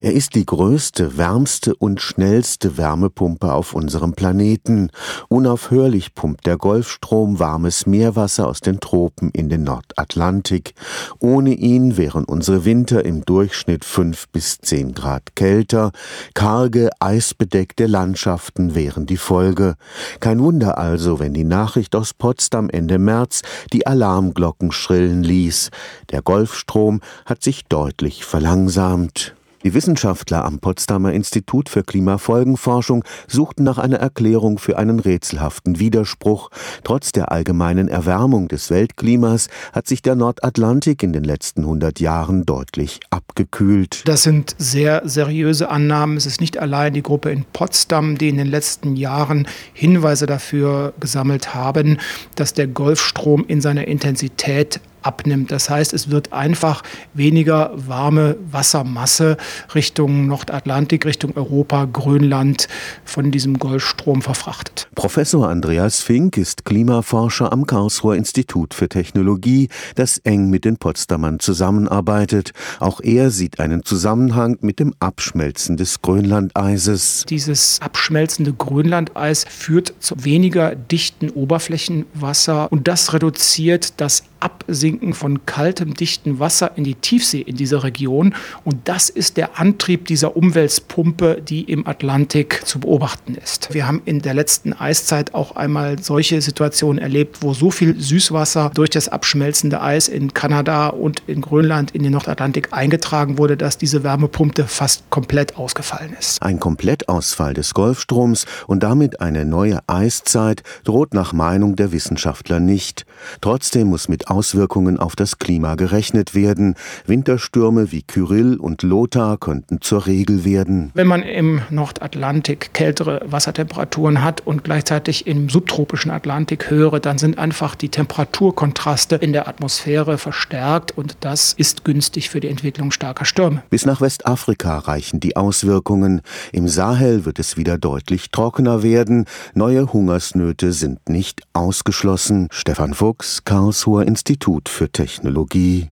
Er ist die größte, wärmste und schnellste Wärmepumpe auf unserem Planeten. Unaufhörlich pumpt der Golfstrom warmes Meerwasser aus den Tropen in den Nordatlantik. Ohne ihn wären unsere Winter im Durchschnitt 5 bis 10 Grad kälter. Karge, eisbedeckte Landschaften wären die Folge. Kein Wunder also, wenn die Nachricht aus Potsdam Ende März die Alarmglocken schrillen ließ. Der Golfstrom hat sich deutlich verlangsamt. Die Wissenschaftler am Potsdamer Institut für Klimafolgenforschung suchten nach einer Erklärung für einen rätselhaften Widerspruch. Trotz der allgemeinen Erwärmung des Weltklimas hat sich der Nordatlantik in den letzten 100 Jahren deutlich abgekühlt. Das sind sehr seriöse Annahmen. Es ist nicht allein die Gruppe in Potsdam, die in den letzten Jahren Hinweise dafür gesammelt haben, dass der Golfstrom in seiner Intensität abnimmt. Das heißt, es wird einfach weniger warme Wassermasse Richtung Nordatlantik, Richtung Europa, Grönland von diesem Golfstrom verfrachtet. Professor Andreas Fink ist Klimaforscher am Karlsruher Institut für Technologie, das eng mit den Potsdamern zusammenarbeitet. Auch er sieht einen Zusammenhang mit dem Abschmelzen des Grönlandeises. Dieses abschmelzende Grönlandeis führt zu weniger dichten Oberflächenwasser und das reduziert das Absinken von kaltem, dichtem Wasser in die Tiefsee in dieser Region. Und das ist der Antrieb dieser Umwälzpumpe, die im Atlantik zu beobachten ist. Wir haben in der letzten Eiszeit auch einmal solche Situationen erlebt, wo so viel Süßwasser durch das abschmelzende Eis in Kanada und in Grönland in den Nordatlantik eingetragen wurde, dass diese Wärmepumpe fast komplett ausgefallen ist. Ein Komplettausfall des Golfstroms und damit eine neue Eiszeit droht nach Meinung der Wissenschaftler nicht. Trotzdem muss mit Auswirkungen auf das Klima gerechnet werden. Winterstürme wie Kyrill und Lothar könnten zur Regel werden. Wenn man im Nordatlantik kältere Wassertemperaturen hat und gleichzeitig im subtropischen Atlantik höhere, dann sind einfach die Temperaturkontraste in der Atmosphäre verstärkt und das ist günstig für die Entwicklung starker Stürme. Bis nach Westafrika reichen die Auswirkungen. Im Sahel wird es wieder deutlich trockener werden. Neue Hungersnöte sind nicht ausgeschlossen. Stefan Fuchs, Karlsruher Institut für Technologie.